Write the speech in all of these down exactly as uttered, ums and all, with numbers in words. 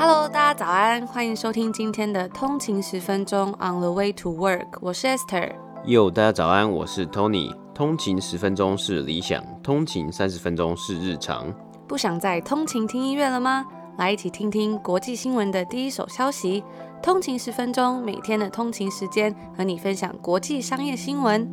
Hello， 大家早安，欢迎收听今天的通勤十分钟 On the way to work， 我是 Esther。 哟，大家早安，我是 Tony。通勤十分钟是理想，通勤三十分钟是日常。 不想再通勤听音乐了吗？来一起听听国际新闻的第一手消息。通勤十分钟，每天的通勤时间和你分享国际商业新闻。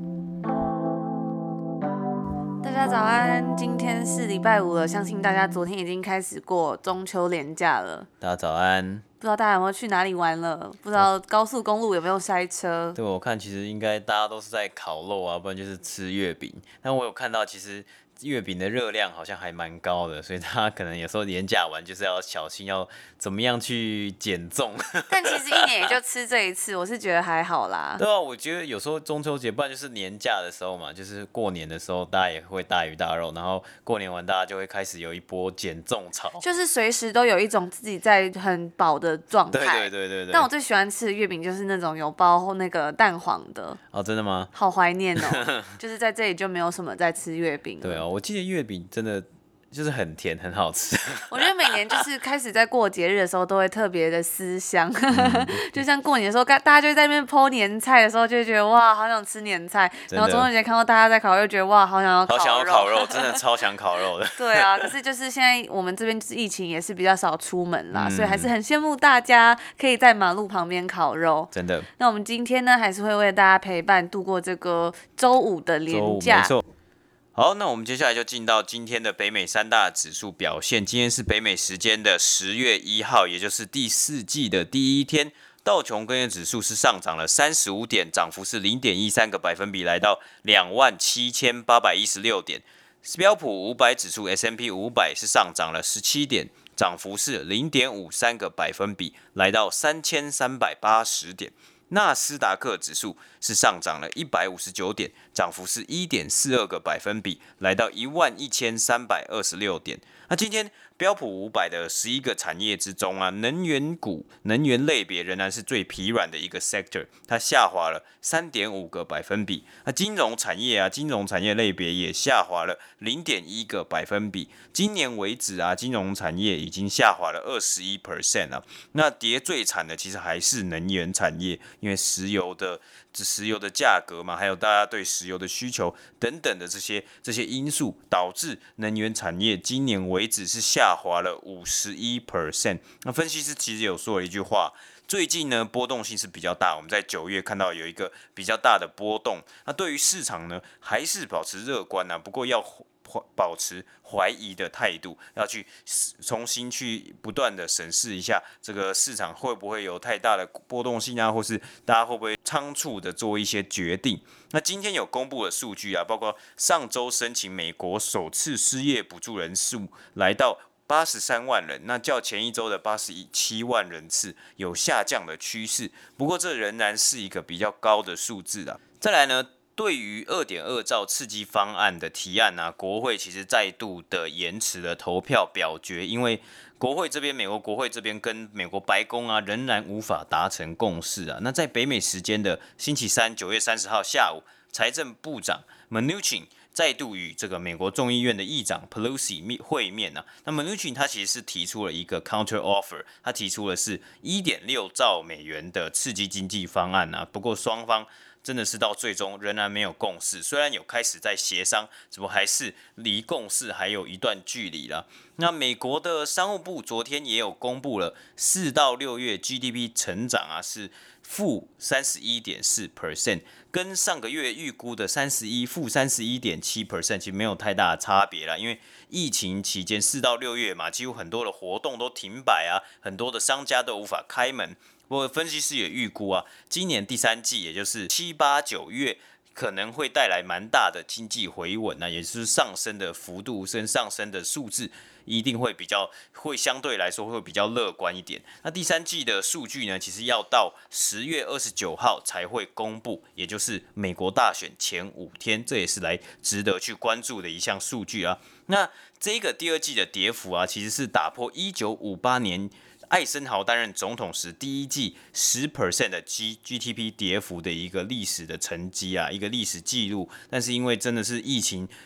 大家早安，今天是礼拜五了，相信大家昨天已经开始过中秋连假了。 大家早安。 不知道大家有没有去哪里玩了？不知道高速公路有没有塞车？ 对，我看其实应该大家都是在烤肉啊，不然就是吃月饼。但我有看到，其实月饼的热量好像还蛮高的，所以大家可能有时候连假完就是要小心，要怎么样去减重。 但其实一年也就吃这一次，我是觉得还好啦。 对啊，我觉得有时候中秋节，不然就是年假的时候嘛，就是过年的时候，大家也会大鱼大肉，然后过年完大家就会开始有一波减重潮， 就是随时都有一种自己在很饱的状态。 对对对对对。 但我最喜欢吃的月饼就是那种有包那个蛋黄的。 哦，真的吗？ 好怀念哦，就是在这里就没有什么在吃月饼了。 对啊，我记得月饼真的就是很甜，很好吃。 我觉得每年就是开始在过节日的时候都会特别的思乡，嗯、就像过年的时候，大家就在那边剖年菜的时候，就会觉得哇，好想吃年菜。然后中秋节看到大家在烤肉，就觉得哇，好想要烤肉。 好想要烤肉，真的超想烤肉的。 对啊，可是就是现在我们这边疫情也是比较少出门啦，嗯、所以还是很羡慕大家可以在马路旁边烤肉。 真的。 那我们今天呢，还是会为大家陪伴度过这个周五的连假。 没错。好，那我们接下来就进到今天的北美三大指数表现。今天是北美时间的十月一号，也就是第四季的第一天。道琼工业指数是上涨了三十五点，涨幅是 零点一三 个百分比，来到两万七千八百一十六点。标普五百指数 S and P 五百 是上涨了十七点，涨幅是 零点五三 个百分比，来到三千三百八十点。纳斯达克指数是上涨了一百五十九点，涨幅是 一点四二 个百分比，来到一万一千三百二十六点。那今天标普五百的十一个产业之中啊，能源股、能源类别仍然是最疲软的一个 sector， 它下滑了 三点五 个百分比。那金融产业啊，金融产业类别也下滑了 零点一 个百分比。今年为止啊，金融产业已经下滑了 百分之二十一 啊。那跌最惨的其实还是能源产业，因为石油的石油的价格嘛，还有大家对石油的需求等等的这些这些因素，导致能源产业今年为止是下滑了 百分之五十一。那分析师其实有说了一句话，最近呢波动性是比较大，我们在九月看到有一个比较大的波动。那对于市场呢，还是保持乐观啊，不过要保持怀疑的态度，要去重新去不断的审视一下这个市场会不会有太大的波动性啊，或是大家会不会仓促的做一些决定。那今天有公布的数据啊，包括上周申请美国首次失业补助人数来到八十三万人，那较前一周的八十七万人次有下降的趋势，不过这仍然是一个比较高的数字啦。再来呢，对于 二点二兆刺激方案的提案啊，国会其实再度的延迟了投票表决，因为国会这边，美国国会这边跟美国白宫啊，仍然无法达成共识啊。那在北美时间的星期三，九月三十号下午，财政部长 Mnuchin 再度与这个美国众议院的议长 Pelosi 会面啊。那 Mnuchin 他其实是提出了一个 counter offer， 他提出的是 一点六兆美元的刺激经济方案啊。不过双方真的是到最终仍然没有共识，虽然有开始在协商，怎么还是离共识还有一段距离啦。那美国的商务部昨天也有公布了四到六月 G D P 成长啊是负 百分之三十一点四， 跟上个月预估的三十一负 百分之三十一点七 其实没有太大的差别啦，因为疫情期间四到六月嘛，几乎很多的活动都停摆啊，很多的商家都无法开门。不过分析师也预估啊，今年第三季，也就是七八九月，可能会带来蛮大的经济回稳，那也就是上升的幅度跟上升的数字一定会比较会相对来说会比较乐观一点。那第三季的数据呢，其实要到十月二十九号才会公布，也就是美国大选前五天，这也是来值得去关注的一项数据啊。那这个第二季的跌幅啊，其实是打破一九五八年艾森豪担任总统时第一季 百分之十 的 G T P 跌幅的一个历史的成绩啊，一个历史记录。但是因为真的是疫情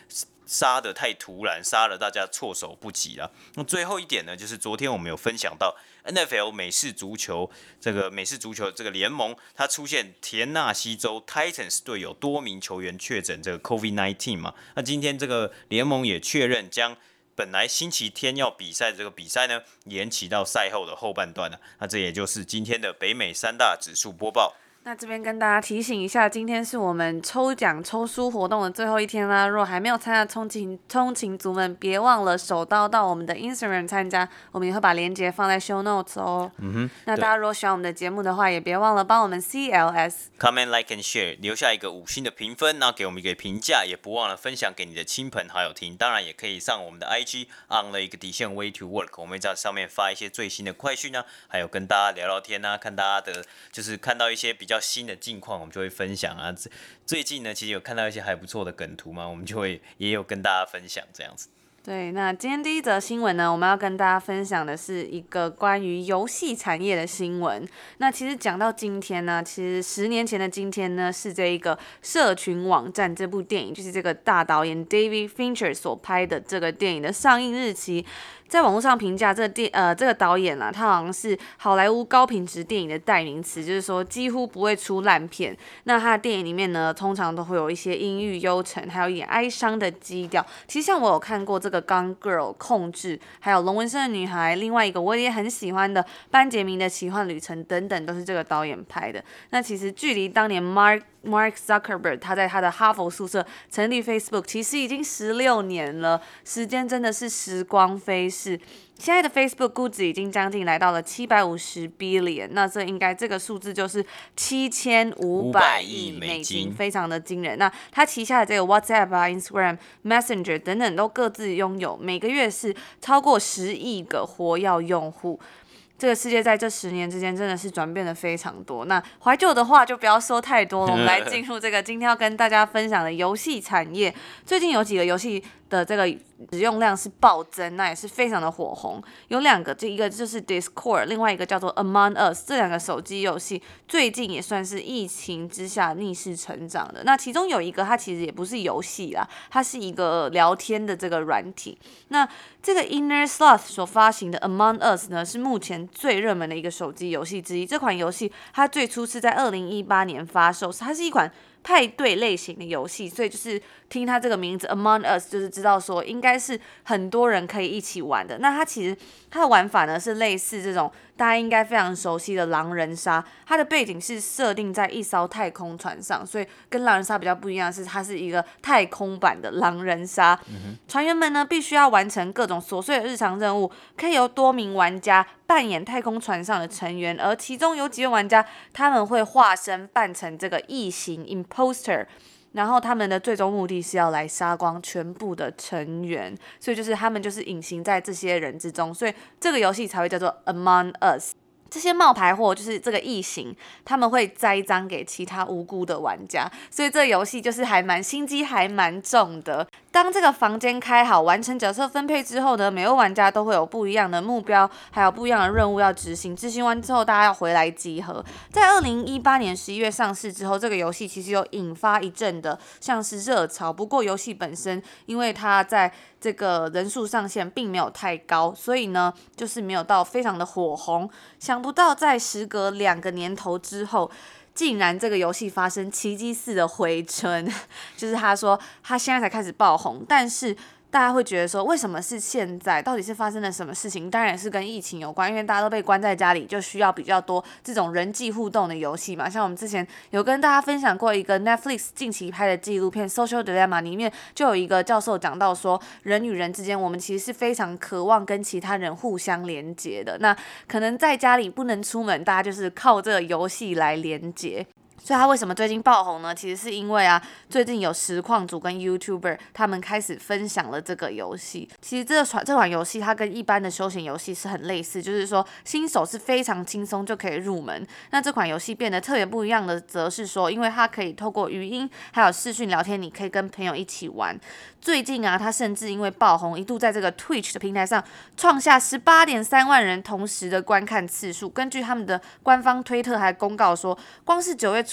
杀得太突然，杀了大家措手不及了。那最后一点呢，就是昨天我们有分享到 N F L 美式足球这个美式足球这个联盟，它出现田纳西州 Titans 队有多名球员确诊这个 COVID 十九 嘛。那今天这个联盟也确认将本来星期天要比赛的这个比赛呢，延期到赛后的后半段了。那这也就是今天的北美三大指数播报。 那这边跟大家提醒一下，今天是我们抽奖抽书活动的最后一天啦。如果还没有参加通勤通勤族们，别忘了手刀到我们的 Instagram 参加，我们也会把链接放在 show notes 哦。 嗯哼， 那大家如果喜欢我们的节目的话，也别忘了帮我们 C L S comment like and share 留下一个五星的评分，那给我们一个评价，也不忘了分享给你的亲朋好友听。当然也可以上我们的 I G on 了一个底线 way to work， 我们会在上面发一些最新的快讯啊，还有跟大家聊聊天啊，看大家的就是看到一些比较新的近况。我们就会分享啊，最近呢，其实有看到一些还不错的梗图嘛，我们就会也有跟大家分享这样子。 对，那今天第一则新闻呢，我们要跟大家分享的是一个关于游戏产业的新闻。那其实讲到今天呢，其实十年前的今天呢，是这一个社群网站这部电影，就是这个大导演 David Fincher 所拍的这个电影的上映日期。在网络上评价这个电呃这个导演啊，他好像是好莱坞高品质电影的代名词，就是说几乎不会出烂片。那他的电影里面呢，通常都会有一些阴郁幽沉，还有一点哀伤的基调。其实像我有看过这个《Gone Girl》控制，还有《龙纹身的女孩》，另外一个我也很喜欢的《班杰明的奇幻旅程》等等，都是这个导演拍的。那其实距离当年 Mark Mark Zuckerberg 他在他的哈佛宿舍成立 Facebook 其实已经十六年了，时间真的是时光飞逝。现在的 Facebook 估值已经将近来到了七百五十 billion， 那这应该这个数字就是七千五百亿美金，非常的惊人。那他旗下的这个 WhatsApp 啊、Instagram、Messenger 等等都各自拥有每个月是超过十亿个活跃用户。这个世界在这十年之间真的是转变的非常多。那怀旧的话就不要说太多了，我们来进入这个今天要跟大家分享的游戏产业。最近有几个游戏的这个使用量是暴增，那也是非常的火红。有两个，这一个就是 Discord， 另外一个叫做 Among Us， 这两个手机游戏最近也算是疫情之下逆势成长的。那其中有一个它其实也不是游戏啦，它是一个聊天的这个软体。那这个 Inner Sloth 所发行的 Among Us 呢，是目前最热门的一个手机游戏之一。这款游戏它最初是在二零一八年发售，它是一款派对类型的游戏，所以就是听它这个名字 Among Us 就是知道说应该是很多人可以一起玩的。那它其实它的玩法呢是类似这种大家应该非常熟悉的狼人杀，它的背景是设定在一艘太空船上，所以跟狼人杀比较不一样的是它是一个太空版的狼人杀。嗯、船员们呢必须要完成各种琐碎的日常任务，可以由多名玩家扮演太空船上的成员，而其中有几位玩家他们会化身扮成这个异形 imposter， 然后他们的最终目的是要来杀光全部的成员，所以就是他们就是隐形在这些人之中，所以这个游戏才会叫做 Among Us。这些冒牌货就是这个异形，他们会栽赃给其他无辜的玩家，所以这个游戏就是还蛮心机还蛮重的。当这个房间开好，完成角色分配之后呢，每位玩家都会有不一样的目标，还有不一样的任务要执行。执行完之后，大家要回来集合。在二零一八年十一月上市之后，这个游戏其实有引发一阵的像是热潮。不过游戏本身，因为它在这个人数上限并没有太高，所以呢，就是没有到非常的火红。想不到在时隔两个年头之后，竟然这个游戏发生奇迹似的回春，就是他说他现在才开始爆红，但是大家会觉得说，为什么是现在？到底是发生了什么事情？当然也是跟疫情有关，因为大家都被关在家里，就需要比较多这种人际互动的游戏嘛。像我们之前有跟大家分享过一个 Netflix 近期拍的纪录片《Social Dilemma》，里面就有一个教授讲到说，人与人之间，我们其实是非常渴望跟其他人互相连接的。那可能在家里不能出门，大家就是靠这个游戏来连接。所以他为什么最近爆红呢？其实是因为啊，最近有实况主跟 YouTuber 他们开始分享了这个游戏。其实这个这款游戏它跟一般的休闲游戏是很类似，就是说新手是非常轻松就可以入门。那这款游戏变得特别不一样的，则是说，因为它可以透过语音还有视讯聊天，你可以跟朋友一起玩。最近啊，它甚至因为爆红，一度在这个 Twitch 的平台上创下 十八点三万人同时的观看次数。根据他们的官方推特还公告说，光是九月初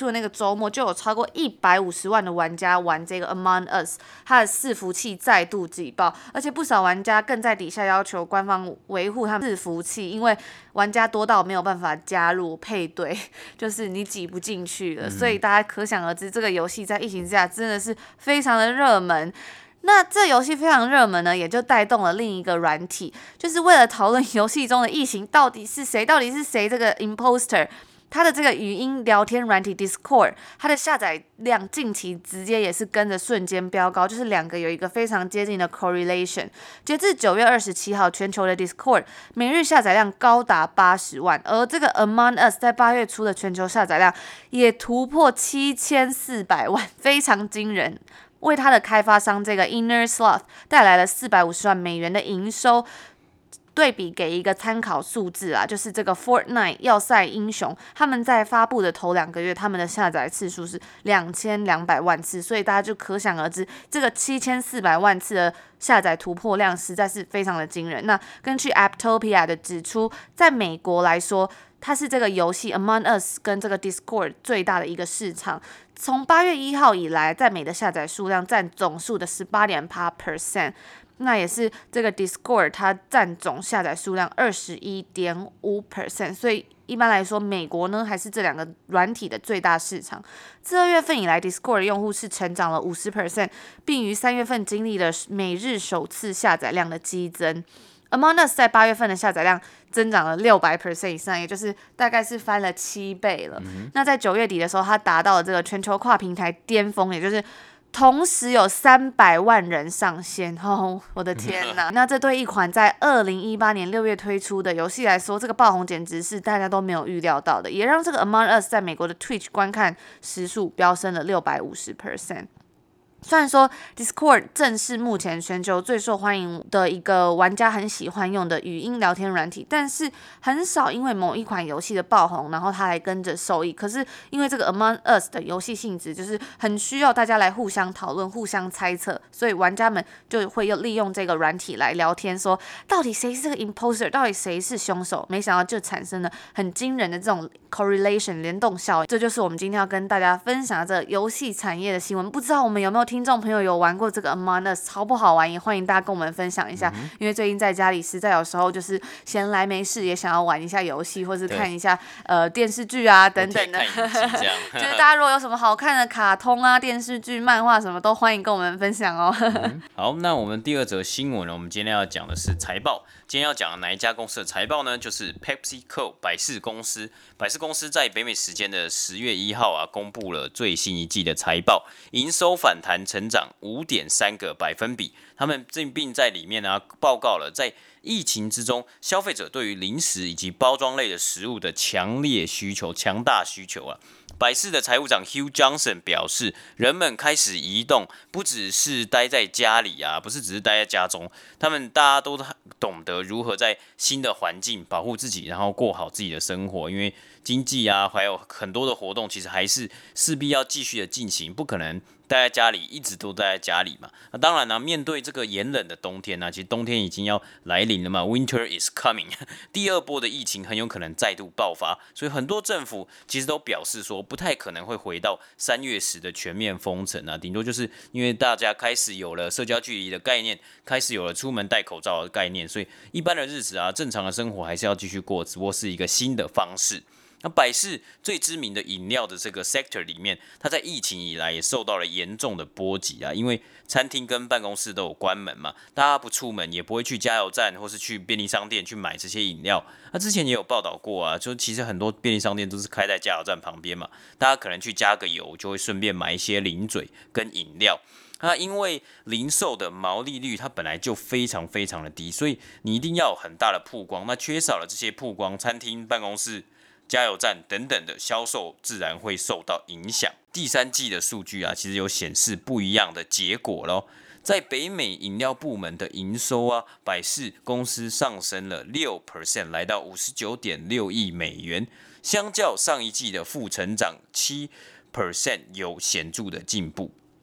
出的那个周末，就有超过一百五十万的玩家玩这个 Among Us， 它的伺服器再度挤爆，而且不少玩家更在底下要求官方维护他们伺服器，因为玩家多到没有办法加入配对，就是你挤不进去了，嗯、所以大家可想而知，这个游戏在疫情之下真的是非常的热门。那这游戏非常热门呢，也就带动了另一个软体，就是为了讨论游戏中的异形到底是谁，到底是谁这个 imposter。它的这个语音聊天软体 Discord， 它的下载量近期直接也是跟着瞬间飙高，就是两个有一个非常接近的 correlation。截至九月二十七号，全球的 Discord 每日下载量高达八十万，而这个 Among Us 在八月初的全球下载量也突破七千四百万，非常惊人。为它的开发商这个 Inner Sloth 带来了四百五十万美元的营收。对比给一个参考数字啊，就是这个 Fortnite 要塞英雄，他们在发布的头两个月，他们的下载次数是两千两百万次，所以大家就可想而知，这个七千四百万次的下载突破量实在是非常的惊人。那根据 Apptopia 的指出，在美国来说，它是这个游戏 Among Us 跟这个 Discord 最大的一个市场。从八月一号以来，在美的下载数量占总数的 十八点八 percent。那也是这个 Discord 它占总下载数量 二十一点五 percent， 所以一般来说，美国呢还是这两个软体的最大市场。自二月份以来 ，Discord 的用户是成长了 百分之五十， 并于三月份经历了每日首次下载量的激增。Among Us 在八月份的下载量增长了 百分之六百 以上，也就是大概是翻了七倍了。嗯、那在九月底的时候，它达到了这个全球跨平台巅峰，也就是同时有三百万人上线，哦，我的天哪！那这对一款在二零一八年六月推出的游戏来说，这个爆红简直是大家都没有预料到的，也让这个 Among Us 在美国的 Twitch 观看时数飙升了 百分之六百五十。虽然说 Discord 正是目前全球最受欢迎的一个玩家很喜欢用的语音聊天软体，但是很少因为某一款游戏的爆红，然后它来跟着受益。可是因为这个 Among Us 的游戏性质就是很需要大家来互相讨论、互相猜测，所以玩家们就会又利用这个软体来聊天，说到底谁是这个 imposter， 到底谁是凶手？没想到就产生了很惊人的这种 correlation 联动效应。这就是我们今天要跟大家分享的这个游戏产业的新闻。不知道我们有没有听众朋友有玩过这个 Among Us， 好不好玩？也欢迎大家跟我们分享一下。嗯、因为最近在家里实在有时候就是闲来没事，也想要玩一下游戏，或是看一下呃电视剧啊等等的。就是大家如果有什么好看的卡通啊、电视剧、漫画什么，都欢迎跟我们分享哦。 嗯、好，那我们第二则新闻呢，我们今天要讲的是财报。今天要讲的哪一家公司的财报呢？就是 PepsiCo 百事公司。百事公司在北美时间的十月一号啊，公布了最新一季的财报，营收反弹成长 五点三 个百分比。他们并在里面啊报告了在疫情之中，消费者对于零食以及包装类的食物的强烈需求、强大需求啊。百事的财务长 Hugh Johnson 表示，人们开始移动，不只是待在家里啊，不是只是待在家中，他们大家都懂得如何在新的环境保护自己，然后过好自己的生活，因为经济啊，还有很多的活动，其实还是势必要继续的进行，不可能待在家里一直都待在家里嘛。那当然呢、啊，面对这个炎冷的冬天呢、啊，其实冬天已经要来临了嘛 ，Winter is coming 。第二波的疫情很有可能再度爆发，所以很多政府其实都表示说，不太可能会回到三月时的全面封城啊，顶多就是因为大家开始有了社交距离的概念，开始有了出门戴口罩的概念，所以一般的日子啊，正常的生活还是要继续过，只不过是一个新的方式。那百事最知名的饮料的这个 sector 里面，它在疫情以来也受到了严重的波及啊，因为餐厅跟办公室都有关门嘛，大家不出门也不会去加油站或是去便利商店去买这些饮料。那之前也有报道过啊，就其实很多便利商店都是开在加油站旁边嘛，大家可能去加个油，就会顺便买一些零嘴跟饮料。那因为零售的毛利率它本来就非常非常的低，所以你一定要有很大的曝光。那缺少了这些曝光，餐厅、办公室、加油站等等的销售自然会受到影响。第三季的数据啊，其实有显示不一样的结果咯。在北美饮料部门的营收啊，百事公司上升了 百分之六， 来到 五十九点六亿美元，相较上一季的负成长 百分之七 有显著的进步。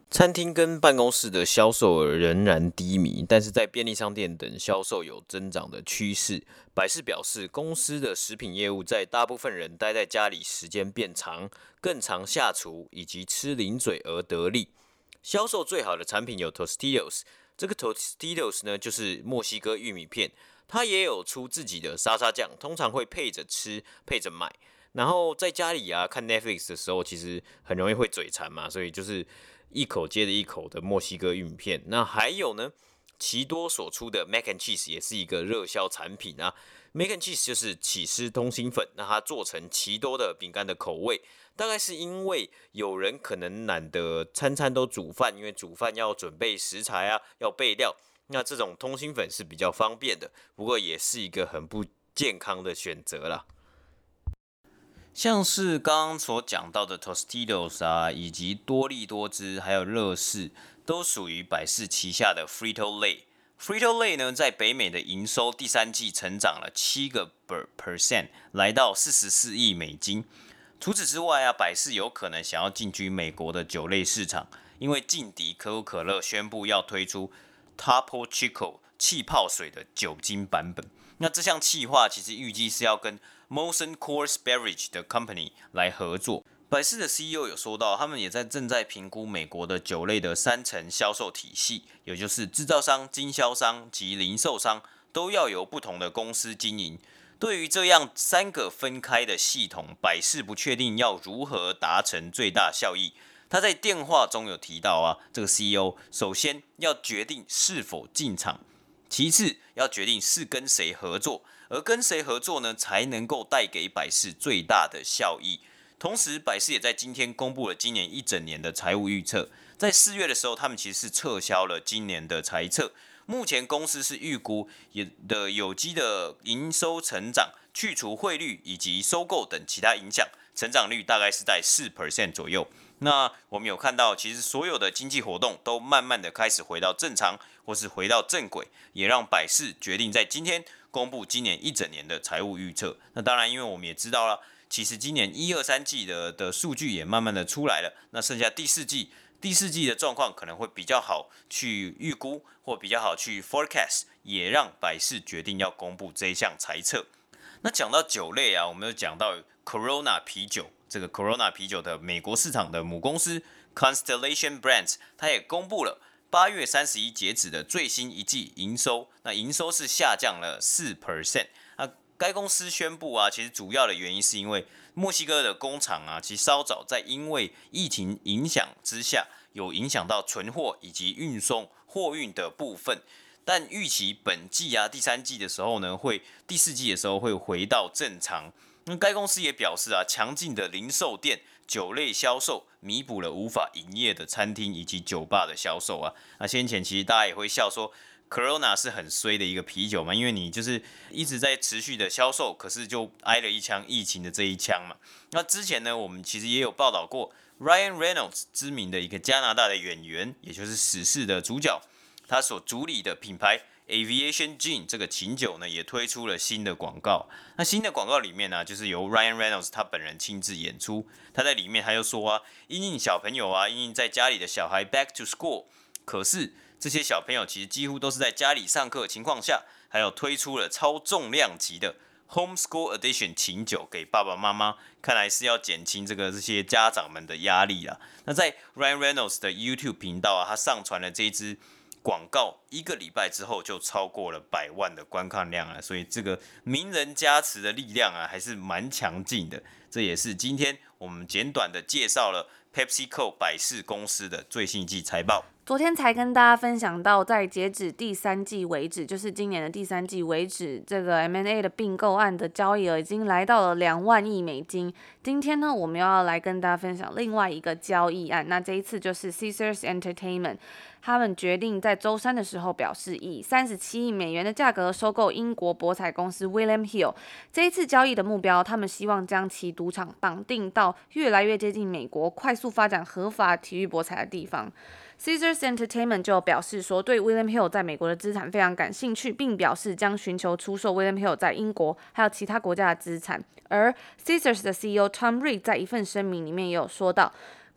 餐厅跟办公室的销售额仍然低迷，但是在便利商店等销售有增长的趋势。百事表示，公司的食品业务在大部分人待在家里时间变长、更常下厨以及吃零嘴而得利。销售最好的产品有 Tostitos， 这个 Tostitos 呢就是墨西哥玉米片，它也有出自己的沙沙酱，通常会配着吃、配着买。然后在家里啊看 Netflix 的时候，其实很容易会嘴馋嘛，所以就是一口接着一口的墨西哥玉米片。那还有呢，奇多所出的 Mac and Cheese 也是一个热销产品啊。Mac and Cheese 就是起司通心粉，那它做成奇多的饼干的口味，大概是因为有人可能懒得餐餐都煮饭，因为煮饭要准备食材啊，要备料，那这种通心粉是比较方便的，不过也是一个很不健康的选择啦。像是刚刚所讲到的 Tostitos 啊，以及多利多汁，还有乐事，都属于百事旗下的 Frito-Lay。Frito-Lay 呢，在北美的营收第三季成长了七个 percent， 来到四十四亿美金。除此之外啊，百事有可能想要进军美国的酒类市场，因为劲敌可口可乐宣布要推出 Topo Chico 气泡水的酒精版本。那这项企划其实预计是要跟 Molson Coors Beverage 的 company 来合作。百事的 C E O 有说到，他们也在正在评估美国的酒类的三层销售体系，也就是制造商、经销商及零售商都要由不同的公司经营。对于这样三个分开的系统，百事不确定要如何达成最大效益。他在电话中有提到啊，这个 C E O 首先要决定是否进场，其次要决定是跟谁合作，而跟谁合作呢，才能够带给百事最大的效益。同时，百事也在今天公布了今年一整年的财务预测。在四月的时候，他们其实是撤销了今年的财测。目前公司是预估的有机的营收成长，去除汇率以及收购等其他影响，成长率大概是在 百分之四 左右。那我们有看到，其实所有的经济活动都慢慢的开始回到正常，或是回到正轨，也让百事决定在今天公布今年一整年的财务预测。那当然，因为我们也知道了，其实今年一二三季的的数据也慢慢的出来了，那剩下第四季，第四季的状况可能会比较好去预估，或比较好去 forecast， 也让百事决定要公布这一项财测。那讲到酒类啊，我们有讲到 Corona 啤酒，这个 Corona 啤酒的美国市场的母公司 Constellation Brands， 它也公布了八月三十一截止的最新一季营收，那营收是下降了 百分之四。那该公司宣布啊，其实主要的原因是因为墨西哥的工厂啊，其实稍早在因为疫情影响之下，有影响到存货以及运送货运的部分。但预期本季啊第三季的时候呢，会第四季的时候会回到正常。那该公司也表示啊，强劲的零售店酒类销售弥补了无法营业的餐厅以及酒吧的销售啊。那先前其实大家也会笑说 ，Corona 是很衰的一个啤酒嘛，因为你就是一直在持续的销售，可是就挨了一枪疫情的这一枪嘛。那之前呢，我们其实也有报道过 ，Ryan Reynolds 知名的一个加拿大的演员，也就是死侍的主角。他所主理的品牌 Aviation Gin 这个琴酒呢，也推出了新的广告。那新的广告里面呢、啊，就是由 Ryan Reynolds 他本人亲自演出。他在里面他又说啊，因应小朋友啊，因应在家里的小孩 Back to School， 可是这些小朋友其实几乎都是在家里上课的情况下，还有推出了超重量级的 Homeschool Edition 琴酒给爸爸妈妈，看来是要减轻这个这些家长们的压力啦。那在 Ryan Reynolds 的 YouTube 频道啊，他上传了这一支广告一个礼拜之后就超过了百万的观看量啊，所以这个名人加持的力量啊还是蛮强劲的。这也是今天我们简短的介绍了 PepsiCo 百事公司的最新一季财报。 昨天才跟大家分享到，在截止第三季为止，就是今年的第三季为止，这个 M and A 的并购案的交易额已经来到了两万亿美金。今天呢，我们要来跟大家分享另外一个交易案，那这一次就是 Caesars Entertainment， 他们决定在周三的时候表示，以三十七亿美元的价格收购英国博彩公司 William Hill。这一次交易的目标，他们希望将其赌场绑定到越来越接近美国快速发展合法体育博彩的地方。Caesars Entertainment 就表示说，对 William Hill 在美国的资产非常感兴趣，并表示将寻求出售 William Hill 在英国还有其他国家的资产。而 Caesars 的 C E O Tom Reed 在一份声明里面也有说到，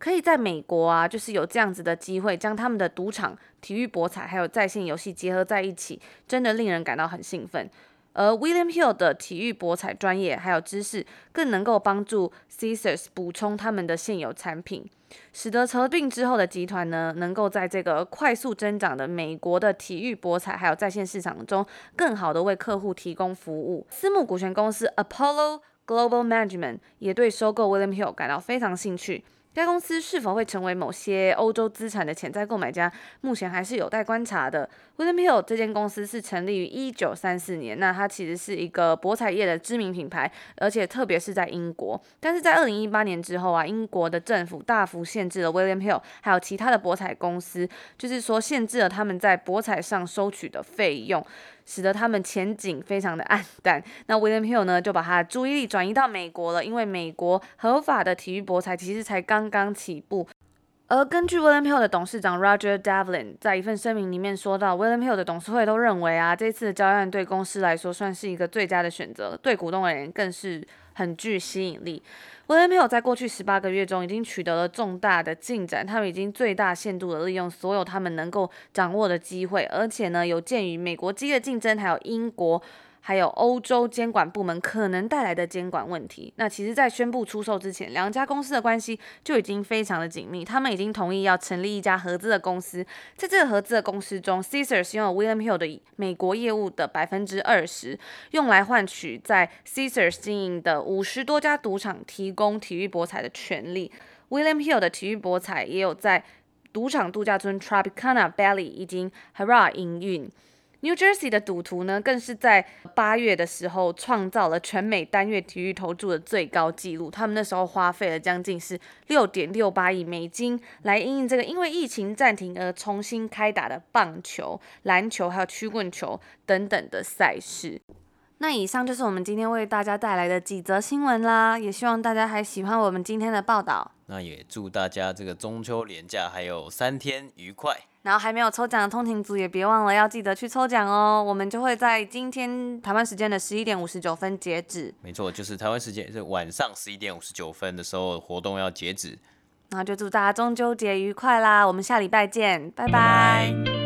可以在美国啊，就是有这样子的机会，将他们的赌场、体育博彩还有在线游戏结合在一起，真的令人感到很兴奋。而 William Hill 的体育博彩专业还有知识，更能够帮助 Caesars 补充他们的现有产品，使得合并之后的集团呢，能够在这个快速增长的美国的体育博彩还有在线市场中，更好的为客户提供服务。私募股权公司 Apollo Global Management 也对收购 William Hill 感到非常兴趣。该公司是否会成为某些欧洲资产的潜在购买家，目前还是有待观察的。William Hill 这间公司是成立于一九三四年，那它其实是一个博彩业的知名品牌，而且特别是在英国。但是在二零一八年之后啊，英国的政府大幅限制了 William Hill 还有其他的博彩公司，就是说限制了他们在博彩上收取的费用，使得他们前景非常的暗淡。那 William Hill 呢，就把他的注意力转移到美国了，因为美国合法的体育博彩其实才刚刚起步。而根据 William Hill 的董事长 Roger Devlin 在一份声明里面说到 ，William Hill 的董事会都认为啊，这次的交易案对公司来说算是一个最佳的选择，对股东而言更是很具吸引力。William Hill 在过去十八个月中已经取得了重大的进展，他们已经最大限度的利用所有他们能够掌握的机会，而且呢，有鉴于美国激烈竞争，还有英国还有欧洲监管部门可能带来的监管问题。那其实在宣布出售之前，两家公司的关系就已经非常的紧密，他们已经同意要成立一家合资的公司。在这个合资的公司中， Caesars 拥有 William Hill 的美国业务的 百分之二十， 用来换取在 Caesars 经营的五十多家赌场提供体育博彩的权利。 William Hill 的体育博彩也有在赌场度假村 Tropicana Bali 以及 Hara 营运。New Jersey 的赌徒呢，更是在八月的时候创造了全美单月体育投注的最高纪录。他们那时候花费了将近是 六点六八亿美金，来因应这个因为疫情暂停而重新开打的棒球、篮球还有曲棍球等等的赛事。那以上就是我们今天为大家带来的几则新闻啦，也希望大家还喜欢我们今天的报道。 那也祝大家这个中秋连假还有三天愉快。 然后还没有抽奖的通勤族也别忘了要记得去抽奖哦，我们就会在今天台湾时间的十一点五十九分截止。 没错，就是台湾时间是晚上十一点五十九分的时候活动要截止。 然后就祝大家中秋节愉快啦，我们下礼拜见，拜拜。 拜拜。